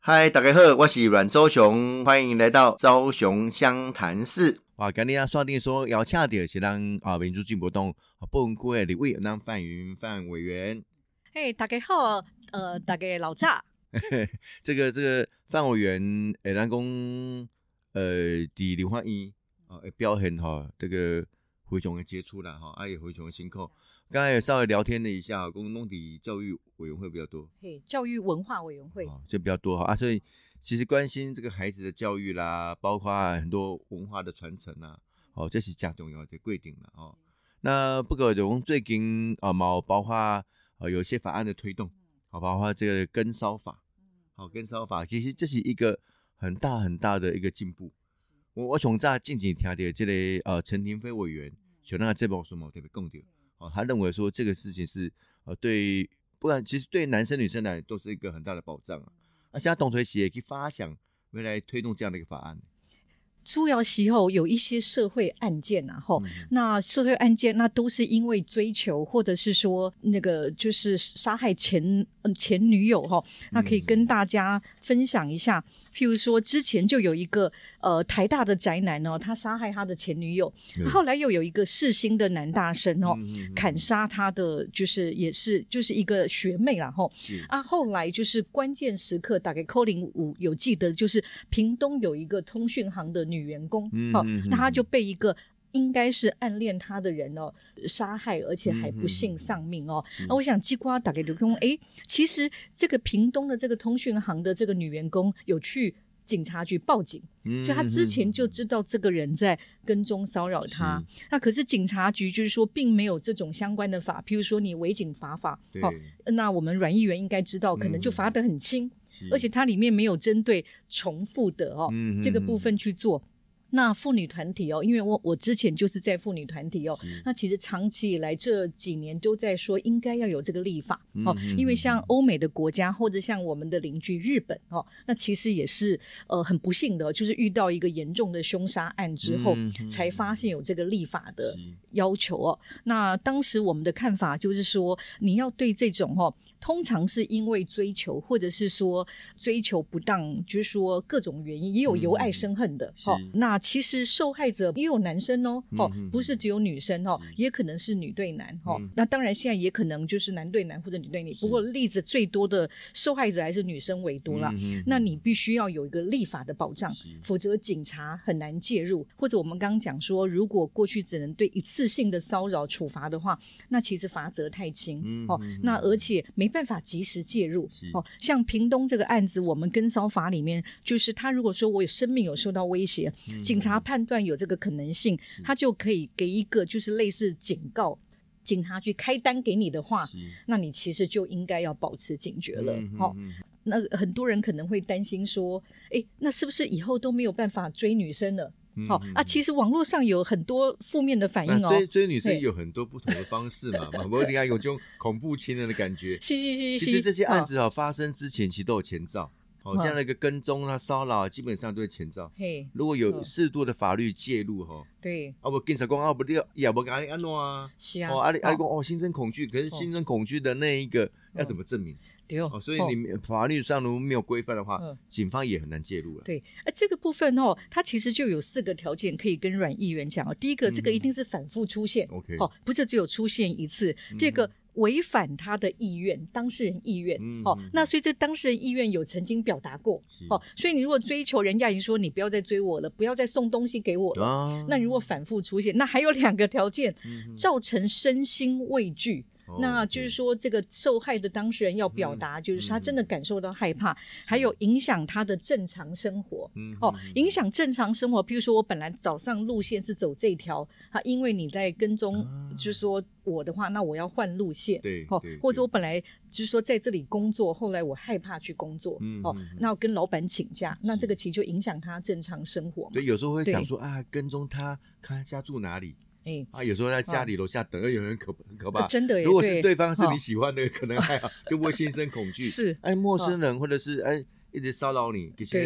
嗨，大家好，我是阮周雄，欢迎来到周雄湘潭市。哇，今天锁定说邀请到是咱民主进步党保安区的立委咱范云范委员。 嘿，大家好，大家老早。 这个范委员，咱讲伫立法院表现这个非常的杰出啦也非常的辛苦。刚才也稍微聊天了一下，讲弄伫教育委员会比较多， 教育文化委员会就比较多所以其实关心这个孩子的教育啦，包括很多文化的传承啦，这是很重要的规定啦那不过就讲最近包括有一些法案的推动，包括这个跟烧法，跟烧法其实这是一个很大很大的一个进步。我从早近几听到这个陈廷飞委员像那个节目什么特别讲到他认为说这个事情是对，不然其实对男生女生来都是一个很大的保障现在董垂喜也可以发想未来推动这样的一个法案。 主要是有一些社会案件那社会案件那都是因为追求或者是说那个就是杀害前女友那可以跟大家分享一下。譬如说之前就有一个台大的宅男他杀害他的前女友，后来又有一个世新的男大生砍杀他的就是也是就是一个学妹啦后来就是关键时刻大概05有记得就是屏东有一个通讯行的女员工那他就被一个应该是暗恋他的人杀害，而且还不幸丧命那我想基瓜大概就说其实这个屏东的这个通讯行的这个女员工有去警察局报警所以他之前就知道这个人在跟踪骚扰他那可是警察局就是说并没有这种相关的法，譬如说你违警罚法那我们阮议员应该知道可能就罚得很轻而且它里面没有针对重复的这个部分去做。那妇女团体因为我之前就是在妇女团体那其实长期以来这几年都在说应该要有这个立法因为像欧美的国家或者像我们的邻居日本那其实也是很不幸的就是遇到一个严重的凶杀案之后才发现有这个立法的要求那当时我们的看法就是说你要对这种通常是因为追求或者是说追求不当，就是说各种原因也有由爱生恨的那其实受害者也有男生不是只有女生也可能是女对男那当然现在也可能就是男对男或者女对女，不过例子最多的受害者还是女生为多啦那你必须要有一个立法的保障否则警察很难介入，或者我们刚刚讲说如果过去只能对一次性的骚扰处罚的话，那其实罚则太轻那而且没办法及时介入像屏东这个案子我们跟骚法里面就是他如果说我有生命有受到威胁警察判断有这个可能性他就可以给一个就是类似警告，警察局开单给你的话那你其实就应该要保持警觉了那很多人可能会担心说那是不是以后都没有办法追女生了其实网络上有很多负面的反应追女生有很多不同的方式嘛不一定要有这种恐怖情人的感觉是其实这些案子发生之前其实都有前兆像那个跟踪骚扰基本上都是前兆如果有适度的法律介入对不警察说不对也不跟你安怎是你说心生恐惧，可是心生恐惧的那一个要怎么证明所以你法律上如果没有规范的话警方也很难介入了对这个部分它其实就有4个条件可以跟阮议员讲第一个这个一定是反复出现不是只有出现一次第二个违反他的意愿，当事人意愿那所以这当事人意愿有曾经表达过所以你如果追求人家已经说你不要再追我了，不要再送东西给我了那如果反复出现，那还有2个条件造成身心畏惧那就是说这个受害的当事人要表达就是他真的感受到害怕还有影响他的正常生活影响正常生活，譬如说我本来早上路线是走这条因为你在跟踪就是说我的话那我要换路线对或者我本来就是说在这里工作后来我害怕去工作那我跟老板请假那这个其实就影响他正常生活对有时候会想说跟踪他看他家住哪里有时候在家里楼下等有人很可怕真的耶如果是对方是你喜欢的可能还好就不会心生恐惧是陌生人或者是一直骚扰你其实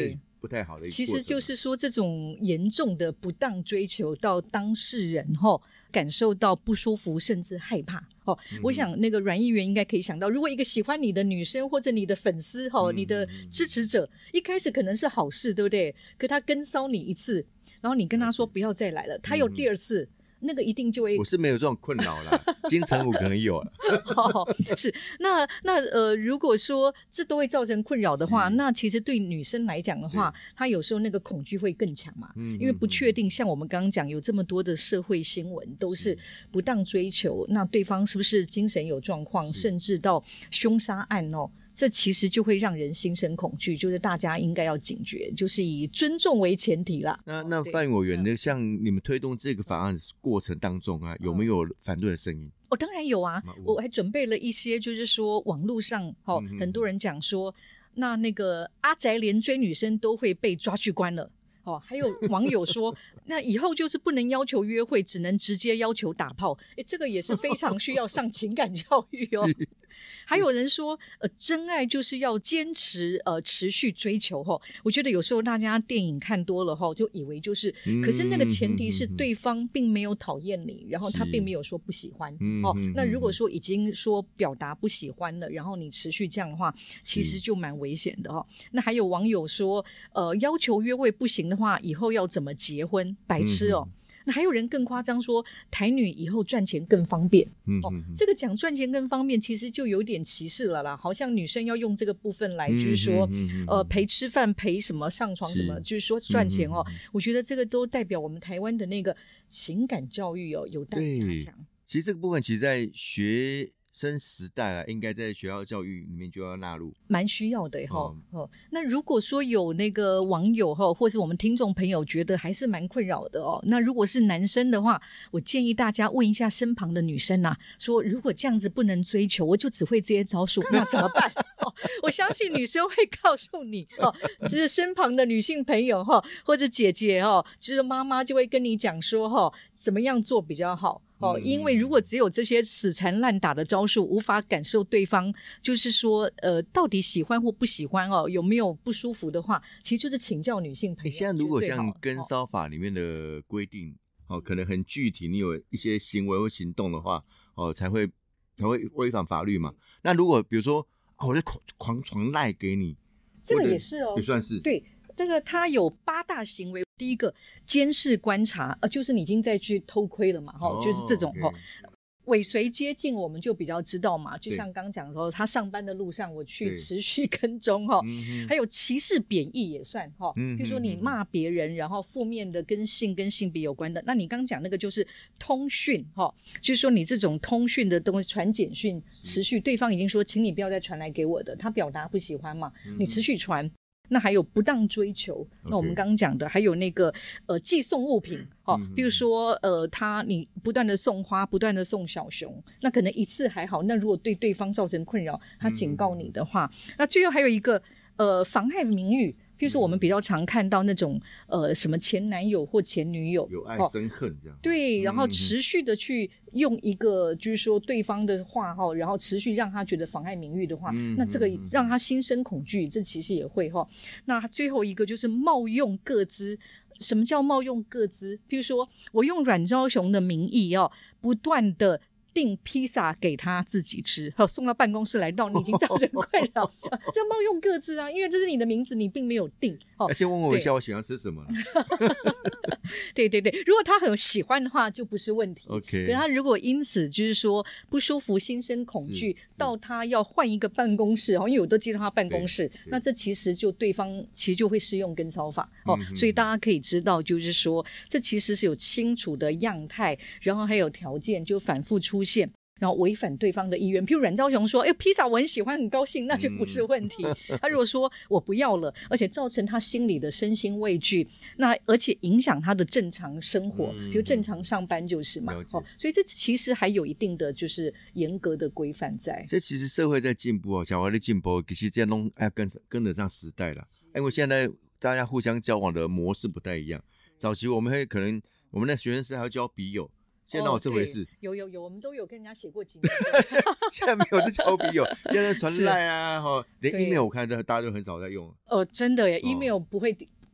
不太好的一个过程。 其实就是说，这种严重的不当追求到当事人感受到不舒服，甚至害怕。我想那个阮议员应该可以想到，如果一个喜欢你的女生或者你的粉丝你的支持者，一开始可能是好事，对不对？可他跟骚你一次，然后你跟他说不要再来了，他有第二次。那个一定就会， 我是没有这种困扰啦，金城武可能有了。 是如果说这都会造成困扰的话，那其实对女生来讲的话，她有时候那个恐惧会更强嘛，因为不确定。像我们刚刚讲，有这么多的社会新闻都是不当追求，那对方是不是精神有状况，甚至到凶杀案这其实就会让人心生恐惧，就是大家应该要警觉，就是以尊重为前提啦。 那范委员呢？像你们推动这个法案过程当中啊，有没有反对的声音？ 当然有啊，我还准备了一些，就是说网络上很多人讲说，那个阿宅连追女生都会被抓去关了。还有网友说那以后就是不能要求约会，只能直接要求打炮。这个也是非常需要上情感教育还有人说真爱就是要坚持持续追求我觉得有时候大家电影看多了就以为就是可是那个前提是对方并没有讨厌你，然后他并没有说不喜欢那如果说已经说表达不喜欢了，然后你持续这样的话，其实就蛮危险的那还有网友说要求约会不行的话，以后要怎么结婚？白痴那还有人更夸张说台女以后赚钱更方便这个讲赚钱更方便其实就有点歧视了啦，好像女生要用这个部分来就是说陪吃饭陪什么上床什么，就是说赚钱我觉得这个都代表我们台湾的那个情感教育有待加强。 其实这个部分其实在学生时代应该在学校教育里面就要纳入， 蛮需要的那如果说有那个网友或是我们听众朋友觉得还是蛮困扰的那如果是男生的话，我建议大家问一下身旁的女生说如果这样子不能追求，我就只会这些招数，那怎么办我相信女生会告诉你就是身旁的女性朋友或者姐姐就是妈妈就会跟你讲说怎么样做比较好因为如果只有这些死缠烂打的招数，无法感受对方就是说到底喜欢或不喜欢有没有不舒服的话，其实就是请教女性朋友。 现在如果像跟骚法里面的规定可能很具体，你有一些行为或行动的话才会违反法律嘛。那如果比如说我就狂传赖给你， 这个也是也算是对。这个它有8大行为，第一个监视观察就是你已经在去偷窥了嘛就是这种尾随接近我们就比较知道嘛，就像刚讲说他上班的路上我去持续跟踪还有歧视贬义也算比如说你骂别人然后负面的跟性跟性别有关的，那你刚讲那个就是通讯就是说你这种通讯的东西传简讯持续，对方已经说请你不要再传来给我的，他表达不喜欢嘛，你持续传。那还有不当追求那我们刚刚讲的还有那个寄送物品比如说你不断的送花，不断的送小熊，那可能一次还好，那如果对对方造成困扰，他警告你的话那最后还有一个妨害名誉，譬如说我们比较常看到那种什么前男友或前女友有爱生恨这样对，然后持续的去用一个就是说对方的话然后持续让他觉得妨害名誉的话那这个让他心生恐惧，这其实也会那最后一个就是冒用个资。什么叫冒用个资？譬如说我用阮昭雄的名义不断的订披萨给他自己吃送到办公室来到你已经造成困扰这冒用个资因为这是你的名字，你并没有订而且问我一下我喜欢吃什么对对对，如果他很喜欢的话就不是问题 OK， 可他如果因此就是说不舒服心生恐惧到他要换一个办公室因为我都接到他办公室，那这其实就对方其实就会适用跟骚法所以大家可以知道就是说这其实是有清楚的样态，然后还有条件就反复出现，然后违反对方的意愿。譬如阮昭雄说披萨我很喜欢很高兴，那就不是问题他如果说我不要了，而且造成他心理的身心畏惧，那而且影响他的正常生活比如正常上班就是嘛所以这其实还有一定的就是严格的规范在。 这其实社会在进步小孩的进步其实这样都要跟得上时代了，因为现在大家互相交往的模式不太一样，早期我们会可能我们的学生时还要交笔友，现在有这回事有我们都有跟人家写过几年现在没有在交笔友现在传赖连 email 我看大家都很少在用真的耶 email 不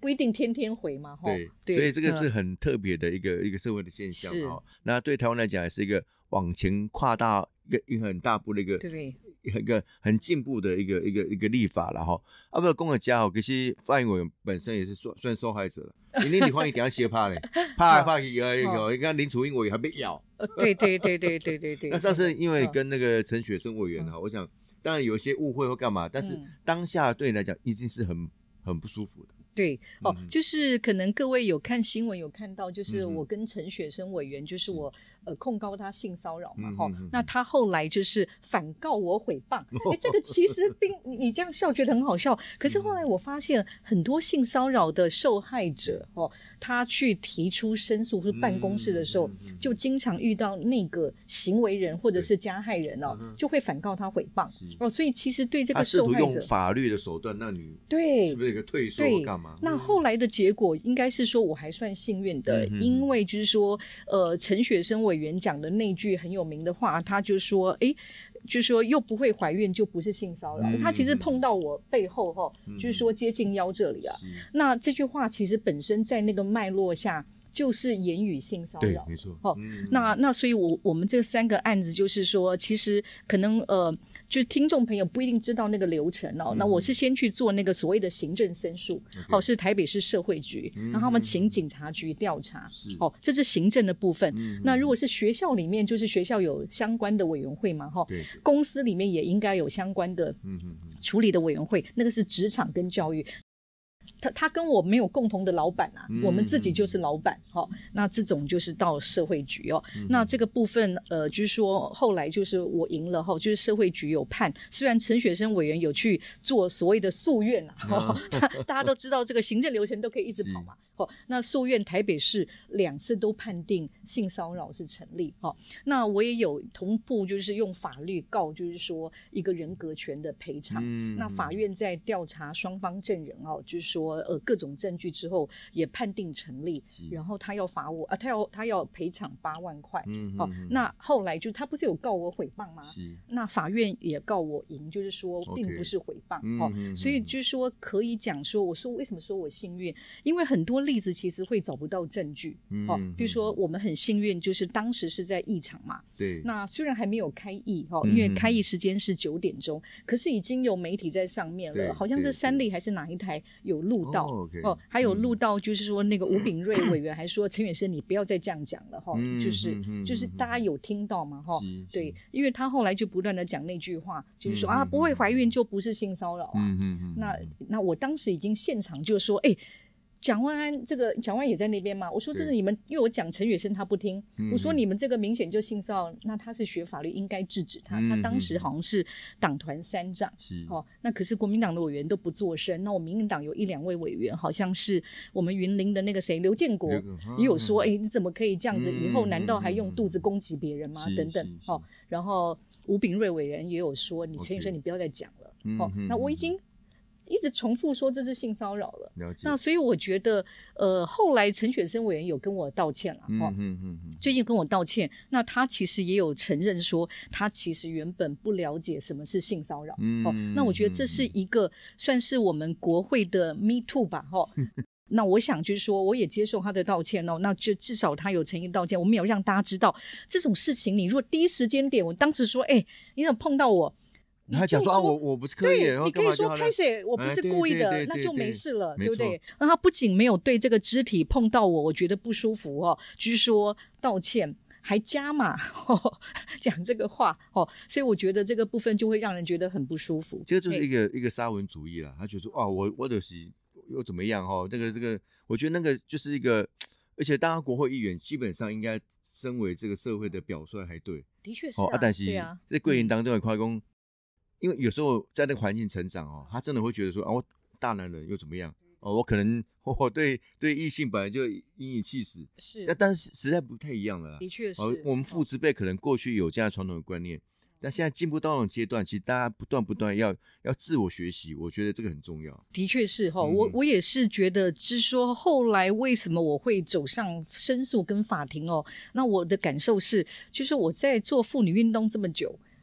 不一定天天回嘛， 对，所以这个是很特别的一个社会的现象哦。那对台湾来讲，也是一个往前跨大一个很大步的一个很进步的一个立法了哈。啊，不，公的家其实发言委员本身也是算受害者了，因为你发言等下斜怕嘞，怕来怕去你看林楚英委员还被咬。 对。 那上次因为跟那个陈雪生委员哈，我想当然有一些误会或干嘛，但是当下对你来讲一定是很不舒服的。 对就是可能各位有看新闻有看到，就是我跟陈雪生委员，就是我控告他性骚扰嘛那他后来就是反告我诽谤这个其实你这样笑觉得很好笑，可是后来我发现很多性骚扰的受害者他去提出申诉或办公室的时候就经常遇到那个行为人或者是加害人就会反告他诽谤所以其实对这个受害者他试图用法律的手段让你对是不是一个退缩或干嘛？ 那后来的结果应该是说我还算幸运的因为就是说陈雪生委员讲的那句很有名的话，他就说就是说又不会怀孕就不是性骚扰他其实碰到我背后就是说接近腰这里那这句话其实本身在那个脉络下就是言语性骚扰， 对，没错那所以我们这3个案子就是说其实可能就是听众朋友不一定知道那个流程那我是先去做那个所谓的行政申诉是台北市社会局然后他们请警察局调查这是行政的部分那如果是学校里面就是学校有相关的委员会嘛公司里面也应该有相关的处理的委员会那个是职场跟教育他跟我没有共同的老板我们自己就是老板那这种就是到社会局那这个部分就是说后来就是我赢了就是社会局有判，虽然陈雪生委员有去做所谓的诉愿大家都知道这个行政流程都可以一直跑嘛那诉愿台北市2次都判定性骚扰是成立那我也有同步就是用法律告就是说一个人格权的赔偿那法院在调查双方证人就是说各种证据之后也判定成立然后他要罚我他要赔偿8万块那后来就他不是有告我诽谤吗那法院也告我赢就是说并不是诽谤所以就是说可以讲说我说为什么说我幸运因为很多例子其实会找不到证据比如说我们很幸运就是当时是在议场嘛对那虽然还没有开议因为开议时间是9点钟可是已经有媒体在上面了好像是3立还是哪一台有录到还有录到就是说那个吴秉瑞委员还说陈远生你不要再这样讲了就是大家有听到吗对因为他后来就不断的讲那句话就是说不会怀孕就不是性骚扰那我当时已经现场就说蒋万安这个蒋万也在那边嘛我说这是你们因为我讲陈雪生他不听我说你们这个明显就性骚扰那他是学法律应该制止他他当时好像是党团3长那可是国民党的委员都不作声那我民进党有1-2位委员好像是我们云林的那个谁刘建国也有说你怎么可以这样子以后难道还用肚子攻击别人吗等等然后吴秉瑞委员也有说你陈雪生你不要再讲了那我已经一直重复说这是性骚扰了那所以我觉得后来陈雪生委员有跟我道歉了最近跟我道歉那他其实也有承认说他其实原本不了解什么是性骚扰那我觉得这是一个算是我们国会的 Me Too 吧那我想就是说我也接受他的道歉那就至少他有诚意道歉我们有让大家知道这种事情你如果第一时间点我当时说你怎么碰到我他讲说我不是刻意的，你可以说拍谁我不是故意的那就没事了对不对那他不仅没有对这个肢体碰到我觉得不舒服就是说道歉还加码讲这个话所以我觉得这个部分就会让人觉得很不舒服这个就是一个沙文主义啦他觉得说我就是又怎么样这个我觉得那个就是一个而且当国会议员基本上应该身为这个社会的表率还对的确是但是在贵人当中的夸公因为有时候在那个环境成长他真的会觉得说我大男人又怎么样我可能我对异性本来就引以气死是但是实在不太一样了的确是我们父执辈可能过去有这样传统的观念但现在进步到那种阶段其实大家不断要自我学习我觉得这个很重要的确是我也是觉得就是说后来为什么我会走上申诉跟法庭那我的感受是就是我在做妇女运动这么久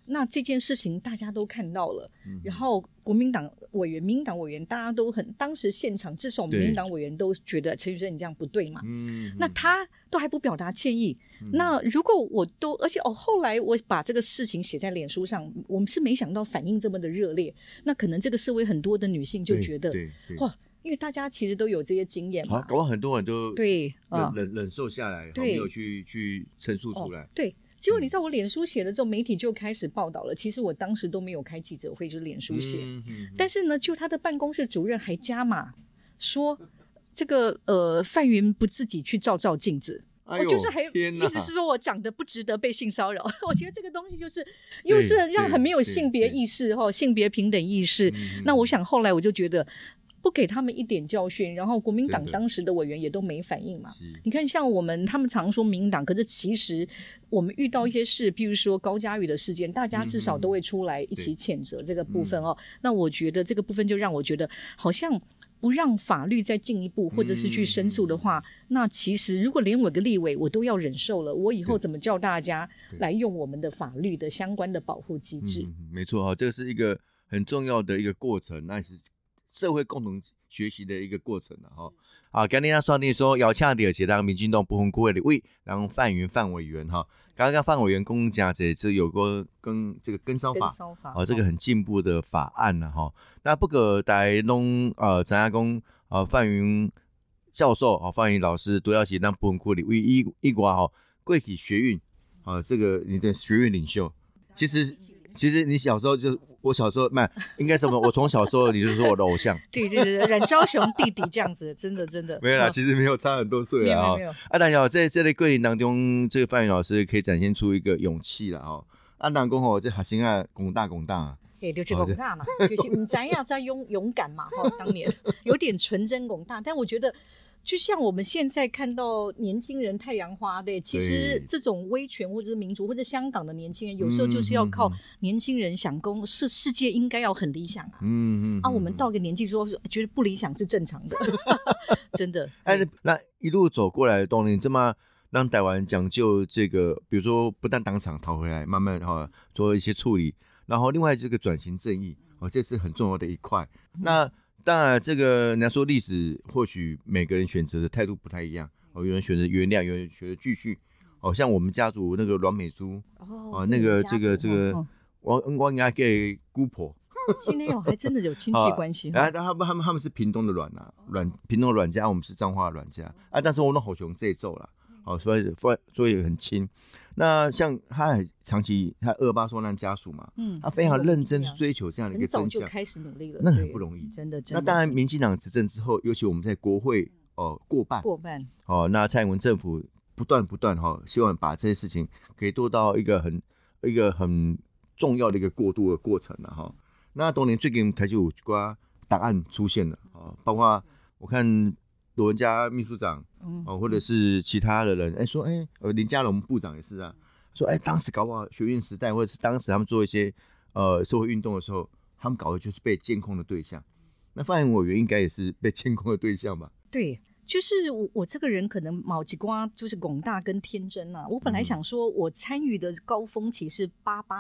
那这件事情大家都看到了，然后国民党委员、民进党委员，大家都当时现场至少我们民进党委员都觉得陈菊珍你这样不对嘛，那他都还不表达歉意，那如果我都，而且后来我把这个事情写在脸书上，我们是没想到反应这么的热烈，那可能这个社会很多的女性就觉得哇。因为大家其实都有这些经验嘛， 搞不好很多人都对忍受下来，没有去陈述出来。 对，结果你知道我脸书写了之后，媒体就开始报道了。其实我当时都没有开记者会，就是脸书写。但是呢，就他的办公室主任还加码说，这个范云不自己去照镜子。我就是还意思是说我长得不值得被性骚扰，我觉得这个东西就是又是让很没有性别意识性别平等意识。那我想后来我就觉得。不给他们一点教训，然后国民党当时的委员也都没反应嘛。你看，像他们常说民进党，可是其实我们遇到一些事，譬如说高嘉瑜的事件，大家至少都会出来一起谴责这个部分那我觉得这个部分就让我觉得，好像不让法律再进一步，或者是去申诉的话，那其实如果连我个立委我都要忍受了，我以后怎么叫大家来用我们的法律的相关的保护机制？ 没错这个是一个很重要的一个过程，那也是。社会共同学习的一个过程今天刷定说邀请到是咱民进党不分区的立委，然后范云范委员刚刚范委员公讲这有个跟这个跟骚法这个很进步的法案那不过大家拢知影讲范云教授范云老师主要是咱不分区立委以外过去学运这个你的学运领袖，其实你小时候就。我小时候应该什么？我从小时候你就是我的偶像。 对，冉昭雄弟弟这样子，真的没有啦，其实没有差很多岁啦没有。 但是在这类过程当中，这个范云老师可以展现出一个勇气啦人讲这学生啊，拱大就是拱大嘛，就是不知道在勇敢嘛当年有点纯真拱大，但我觉得。就像我们现在看到年轻人太阳花的，其实这种威权或者是民主或者香港的年轻人，有时候就是要靠年轻人想攻世界应该要很理想我们到个年纪说觉得不理想是正常的真的那一路走过来的动力这么让台湾讲究这个，比如说不但当场讨回来，慢慢做一些处理，然后另外这个转型正义这是很重要的一块那当然这个人家说历史或许每个人选择的态度不太一样有人选择原谅，有人选择继续像我们家族那个阮美珠那个这个我应该给姑婆现在还真的有亲戚关系他们是屏东的屏东的阮家，我们是彰化的阮家但是我们好熊这一咒啦所以很亲。那像他长期他228受难家属嘛他非常认真去追求这样的一个真相， 很早就开始努力了， 那很不容易， 真的那当然民进党执政之后，尤其我们在国会过半那蔡英文政府不断希望把这些事情可以做到一个很重要的一个过渡的过程那当年最近开始有一些档案出现了包括我看罗文嘉秘书长或者是其他的人说林佳龙部长也是说当时搞不好学运时代或者是当时他们做一些社会运动的时候，他们搞的就是被监控的对象，那范云委员应该也是被监控的对象吧？ 对，就是我这个人可能毛几瓜就是广大跟天真我本来想说我参与的高峰期是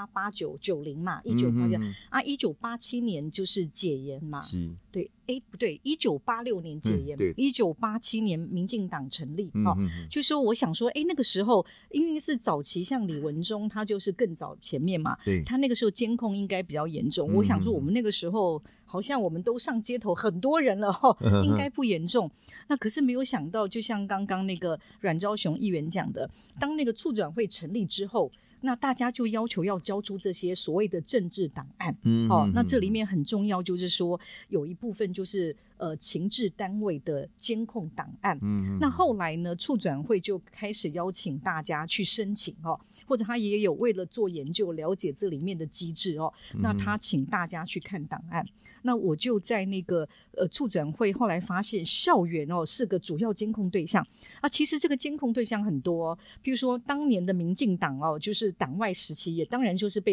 88、89、90嘛，19891987年就是解严嘛，对不对，1986年解严，1987年民进党成立就说我想说那个时候因为是早期像李文忠他就是更早前面嘛，他那个时候监控应该比较严重我想说我们那个时候好像我们都上街头很多人了应该不严重那可是没有想到就像刚刚那个阮昭雄议员讲的，当那个促转会成立之后，那大家就要求要交出这些所谓的政治档案那这里面很重要就是说有一部分就是情治单位的监控档案那后来呢促转会就开始邀请大家去申请或者他也有为了做研究了解这里面的机制那他请大家去看档案那我就在那个促转会后来发现校园是个主要监控对象其实这个监控对象很多譬如说当年的民进党就是党外时期也当然就是被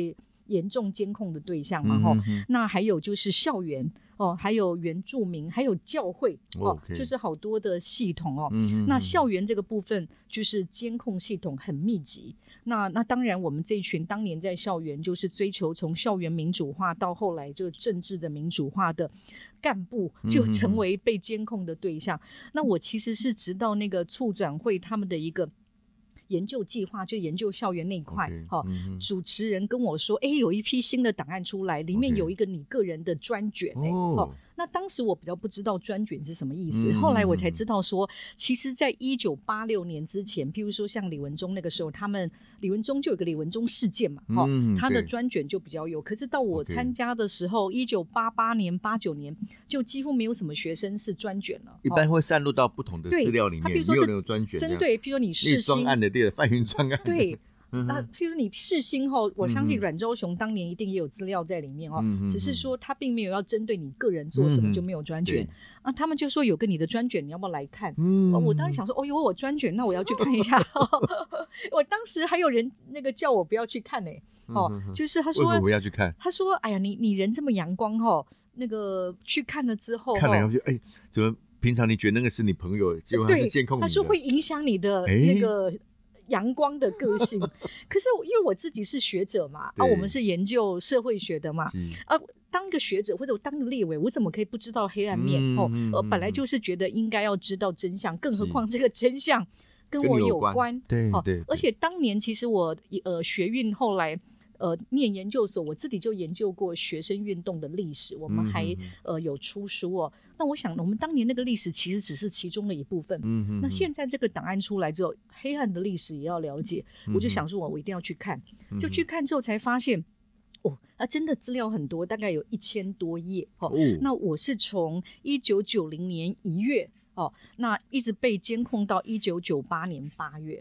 严重监控的对象嘛，那还有就是校园还有原住民，还有教会就是好多的系统那校园这个部分就是监控系统很密集。那当然我们这一群当年在校园就是追求从校园民主化到后来就政治的民主化的干部就成为被监控的对象。那我其实是直到那个促转会他们的一个研究计划，就研究校园那一块主持人跟我说有一批新的档案出来，里面有一个你个人的专卷那当时我比较不知道专卷是什么意思，后来我才知道说其实在1986年之前，譬如说像李文忠那个时候，他们李文忠就有个李文忠事件嘛他的专卷就比较有，可是到我参加的时候1988年89年就几乎没有什么学生是专卷了， 一般会散落到不同的资料里面， 比如说没有那种专卷针对譬如说你世新专案的范云专案对那譬如你世新我相信阮昭雄当年一定也有资料在里面只是说他并没有要针对你个人做什么就没有专卷他们就说有个你的专卷你要不要来看我当时想说有我专卷那我要去看一下我当时还有人那个叫我不要去看就是他说为什么不要去看， 他说哎呀你人这么阳光那个去看了之后看了以后就怎么平常你觉得那个是你朋友，结果他是监控你的， 他说会影响你的那个阳光的个性可是因为我自己是学者嘛我们是研究社会学的嘛当个学者或者我当个立委，我怎么可以不知道黑暗面本来就是觉得应该要知道真相，更何况这个真相跟我有关对而且当年其实我学运后来念研究所，我自己就研究过学生运动的历史，我们还有出书那我想我们当年那个历史其实只是其中的一部分那现在这个档案出来之后，黑暗的历史也要了解我就想说我一定要去看就去看之后才发现真的资料很多，大概有1000多页那我是从1990年1月那一直被监控到1998年8月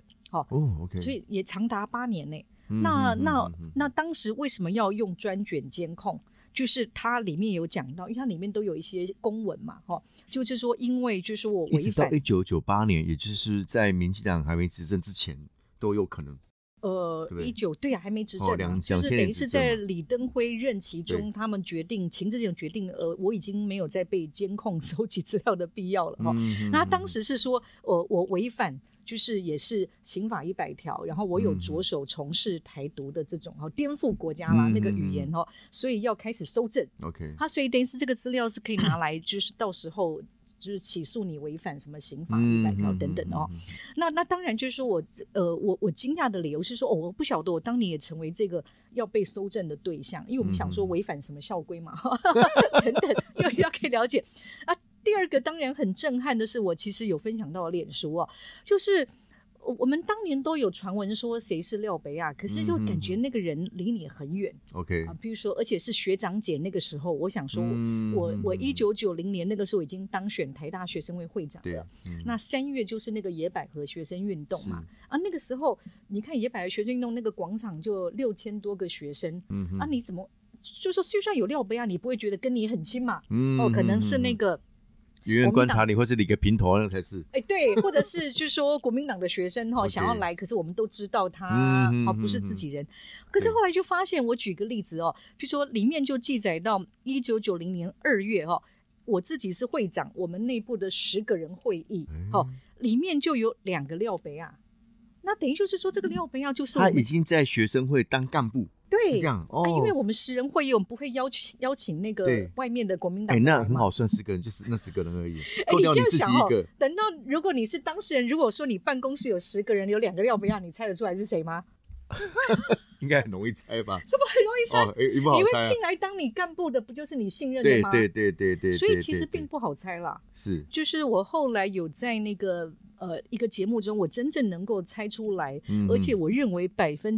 OK 所以也长达8年呢那当时为什么要用专卷监控，就是它里面有讲到，因为它里面都有一些公文嘛就是说因为就是我违反一直到1998年，也就是在民进党还没执政之前都有可能对还没执政就是等于是在李登辉任期中他们决定秦志勇决定我已经没有再被监控收集资料的必要了那他当时是说我违反就是也是刑法100条，然后我有着手从事台独的这种颠覆国家啦那个语言所以要开始搜证他所以等于是这个资料是可以拿来就是到时候就是起诉你违反什么刑法100条等等那当然就是说我惊讶的理由是说我不晓得我当年也成为这个要被搜证的对象，因为我们想说违反什么校规嘛等等就要可以了解第二个当然很震撼的是我其实有分享到脸书就是我们当年都有传闻说谁是廖北亚，可是就感觉那个人离你很远 OK 比如说而且是学长姐，那个时候我想说我1990年那个时候已经当选台大学生会会长了那3月就是那个野百合学生运动嘛那个时候你看野百合学生运动那个广场就6000多个学生你怎么就说就算有廖北亚你不会觉得跟你很亲嘛可能是那个远远观察你，或是理个平头，那才是对，或者是就是说国民党的学生想要来，可是我们都知道他不是自己人可是后来就发现，我举个例子比如说里面就记载到1990年2月我自己是会长，我们内部的10个人会议里面就有2个廖北亚，那等于就是说这个廖北亚就是他已经在学生会当干部， 对， 这样因为我们10人会议，我们不会邀请那个外面的国民党那很好算10个人，就是那10个人而已。 你这样想等到如果你是当事人，如果说你办公室有10个人，有2个廖北亚，你猜得出来是谁吗？ 应该很容易猜吧？ 怎么很容易猜？ 不好猜你会聘来当你干部的，不就是你信任的吗？ 对， 所以其实并不好猜啦。 是， 就是我后来有在那个一个节目中，我真正能够猜出来，而且我认为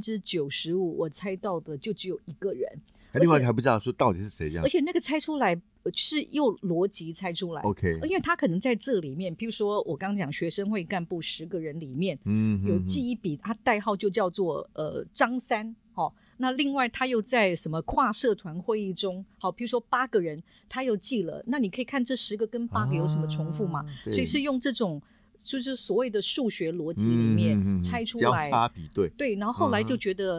95%我猜到的就只有1个人。 另外还不知道说到底是谁这样， 而且那个猜出来是用逻辑猜出来 OK， 因为他可能在这里面，譬如说我刚刚讲学生会干部10个人里面有记一笔，他代号就叫做张三那另外他又在什么跨社团会议中譬如说8个人他又记了，那你可以看这10个跟8个有什么重复嘛所以是用这种就是所谓的数学逻辑里面猜出来交叉比对， 对，然后后来就觉得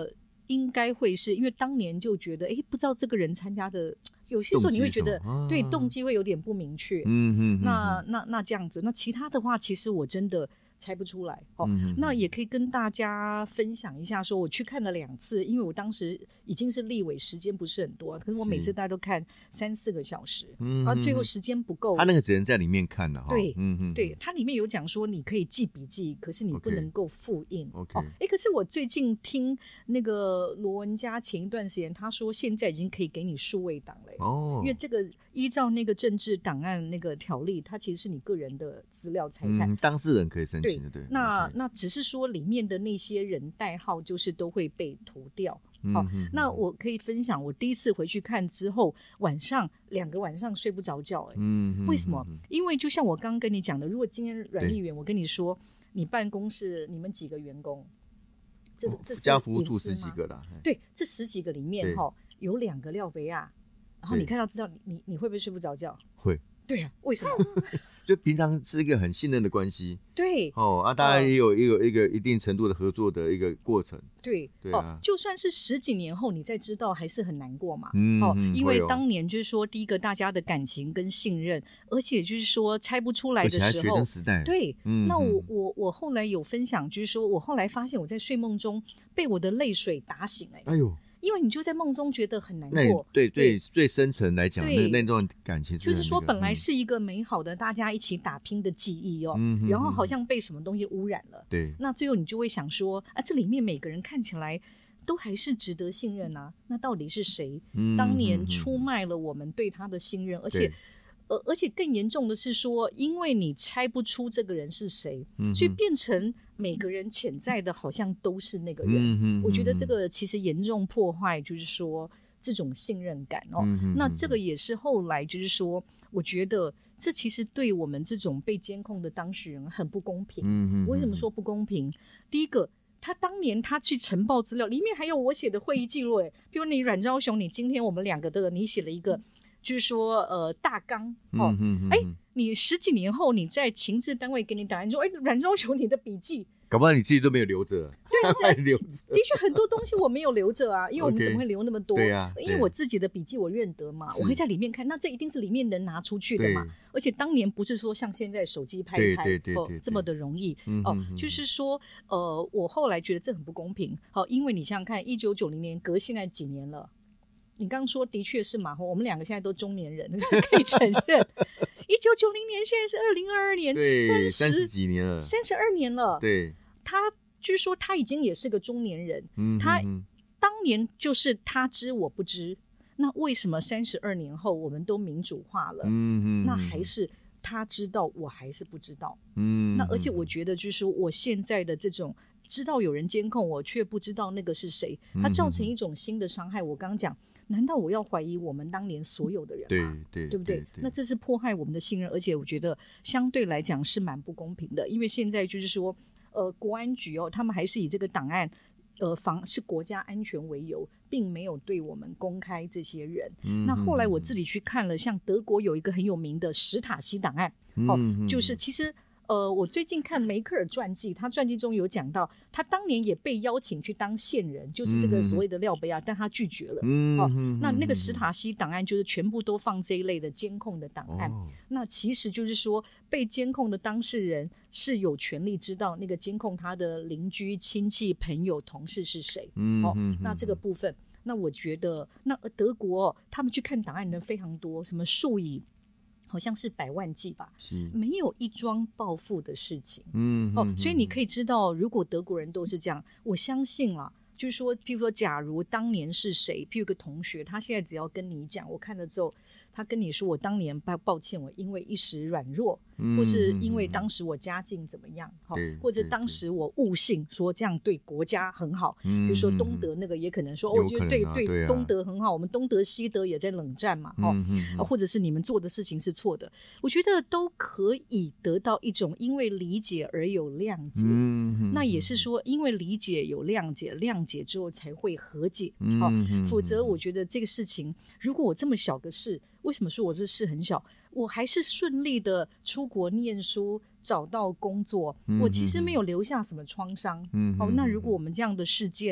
应该会是因为当年就觉得，不知道这个人参加的，有些时候你会觉得，对动机会有点不明确。那这样子，那其他的话，其实我真的猜不出来。那也可以跟大家分享一下，说我去看了2次，因为我当时已经是立委，时间不是很多，可是我每次大家都看3-4个小时，然后最后时间不够， 他那个只能在里面看了。 对，对，它里面有讲说你可以记笔记，可是你不能够复印。可是我最近听那个罗文嘉前一段时间他说，现在已经可以给你数位档了。因为这个依照那个政治档案那个条例，它其实是你个人的资料财产， 当事人可以申请的。对， 那只是说里面的那些人代号就是都会被涂掉。那我可以分享，我第一次回去看之后，晚上2个晚上睡不着觉。为什么？因为就像我刚刚跟你讲的，如果今天阮议员，我跟你说，你办公室你们几个员工，这是家服务处10几个啦。 对，这10几个里面有2个廖北亚，然后你看到知道你会不会睡不着觉？ 会。 对啊，为什么？ 就平常是一个很信任的关系。 对。 大家也有一个一定程度的合作的一个过程。 对。就算是10几年后你再知道，还是很难过嘛。因为当年就是说，第一个大家的感情跟信任，而且就是说猜不出来的时候，而且还学生时代。 对。那我后来有分享，就是说我后来发现我在睡梦中被我的泪水打醒。哎呦。因为你就在梦中觉得很难过。 对，最深层来讲，那段感情就是说本来是一个美好的大家一起打拼的记忆然后好像被什么东西污染了。 对。 那最后你就会想说这里面每个人看起来都还是值得信任啊，那到底是谁当年出卖了我们对他的信任？而且更严重的是说，因为你猜不出这个人是谁，所以变成每个人潜在的好像都是那个人。我觉得这个其实严重破坏就是说这种信任感那这个也是后来就是说，我觉得这其实对我们这种被监控的当事人很不公平。为什么说不公平？第一个，他当年他去呈报资料，里面还有我写的会议记录。比如你阮昭雄，你今天我们2个的，你写了一个就是说大纲你10几年后你在情治单位给你档案，你说阮昭雄你的笔记， 搞不好你自己都没有留着。 对，留着。的确很多东西我没有留着啊，因为我们怎么会留那么多？ 对啊， 因为我自己的笔记我认得嘛，我会在里面看，那这一定是里面人拿出去的嘛。而且当年不是说像现在手机拍一拍这么的容易就是说我后来觉得这很不公平。因为你想想看，1990年隔现在几年了？你刚刚说的确是嘛，我们2个现在都中年人，可以承认。1990年现在是2022年， 对，30几年了 ，32年了。 对， 他据说他已经也是个中年人，他当年就是他知我不知，那为什么32年后我们都民主化了？那还是他知道，我还是不知道。那而且我觉得就是我现在的这种知道有人监控我却不知道那个是谁，它造成一种新的伤害。我刚刚讲，难道我要怀疑我们当年所有的人吗？对不对？那这是迫害我们的信任，而且我觉得相对来讲是蛮不公平的。因为现在就是说国安局他们还是以这个档案是国家安全为由，并没有对我们公开这些人。那后来我自己去看了，像德国有一个很有名的史塔西档案就是其实我最近看梅克尔传记，他传记中有讲到，他当年也被邀请去当线人，就是这个所谓的廖贝亚，但他拒绝了。那个史塔西档案就是全部都放这一类的监控的档案。那其实就是说，被监控的当事人是有权利知道那个监控他的邻居、亲戚、朋友、同事是谁。那这个部分，那我觉得，那德国他们去看档案的人非常多，什么数以好像是100万计吧，没有一桩报复的事情。所以你可以知道，如果德国人都是这样，我相信啦，就是说，譬如说，假如当年是谁，譬如个同学，他现在只要跟你讲，我看了之后，他跟你说，我当年抱歉，我因为一时软弱，或是因为当时我家境怎么样，或者当时我误信说这样对国家很好，比如说东德那个也可能说，我觉得对东德很好，我们东德西德也在冷战嘛，或者是你们做的事情是错的，我觉得都可以得到一种因为理解而有谅解。那也是说，因为理解有谅解，谅解之后才会和解。否则我觉得这个事情，如果我这么小个事，为什么说我这事很小？我还是顺利的出国念书，找到工作，我其实没有留下什么创伤。那如果我们这样的事件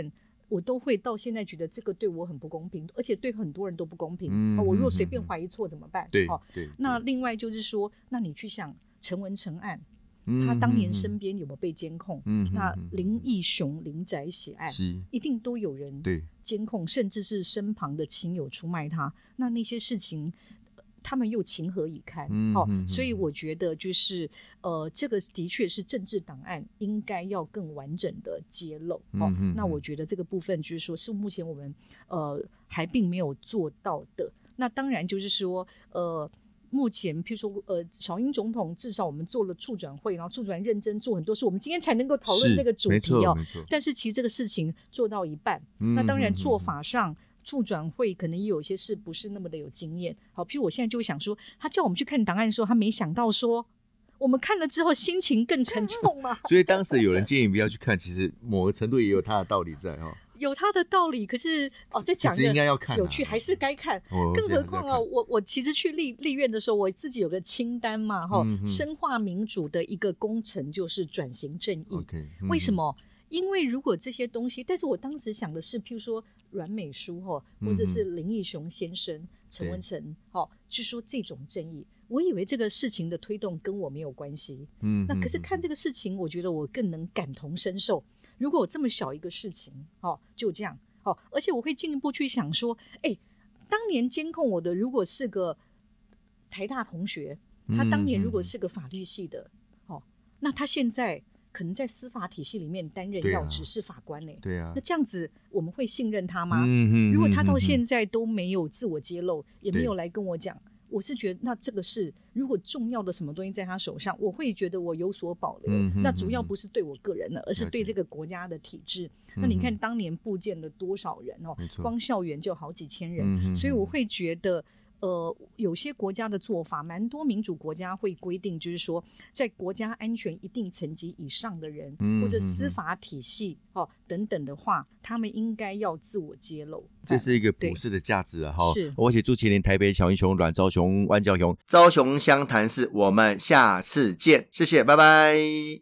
我都会到现在觉得这个对我很不公平，而且对很多人都不公平。我如果随便怀疑错怎么办？ 对， 那另外就是说，那你去想陈文成案，他当年身边有没有被监控？那林义雄林宅血案，一定都有人监控，甚至是身旁的亲友出卖他。那些事情，他们又情何以堪？所以我觉得就是这个的确是政治档案应该要更完整的揭露。那我觉得这个部分就是说是目前我们还并没有做到的。那当然就是说目前譬如说小英总统至少我们做了促转会，然后促转认真做很多事，我们今天才能够讨论这个主题但是其实这个事情做到一半，那当然做法上促转会可能也有一些事不是那么的有经验。好，譬如我现在就会想说，他叫我们去看档案的时候，他没想到说我们看了之后心情更沉重嘛所以当时有人建议不要去看，其实某个程度也有他的道理在有他的道理，可是再讲应该要看有趣还是该看。更何况我其实去立院的时候，我自己有个清单嘛深化民主的一个工程就是转型正义。为什么？因为如果这些东西，但是我当时想的是譬如说阮美淑或者是林义雄先生陈文成去说这种正义，我以为这个事情的推动跟我没有关系。那可是看这个事情，我觉得我更能感同身受。如果有这么小一个事情就这样而且我会进一步去想说当年监控我的如果是个台大同学，他当年如果是个法律系的那他现在可能在司法体系里面担任要职是法官对啊， 那这样子我们会信任他吗？如果他到现在都没有自我揭露，也没有来跟我讲，我是觉得那这个是如果重要的什么东西在他手上，我会觉得我有所保留。那主要不是对我个人的，而是对这个国家的体制。那你看当年部建了多少人光校园就好几千人。所以我会觉得有些国家的做法，蛮多民主国家会规定，就是说在国家安全一定层级以上的人或者司法体系等等的话，他们应该要自我揭露。 这是一个普世的价值是我写祝麒麟、台北小英雄、阮昭雄、万教雄、昭雄湘潭市，我们下次见，谢谢，拜拜。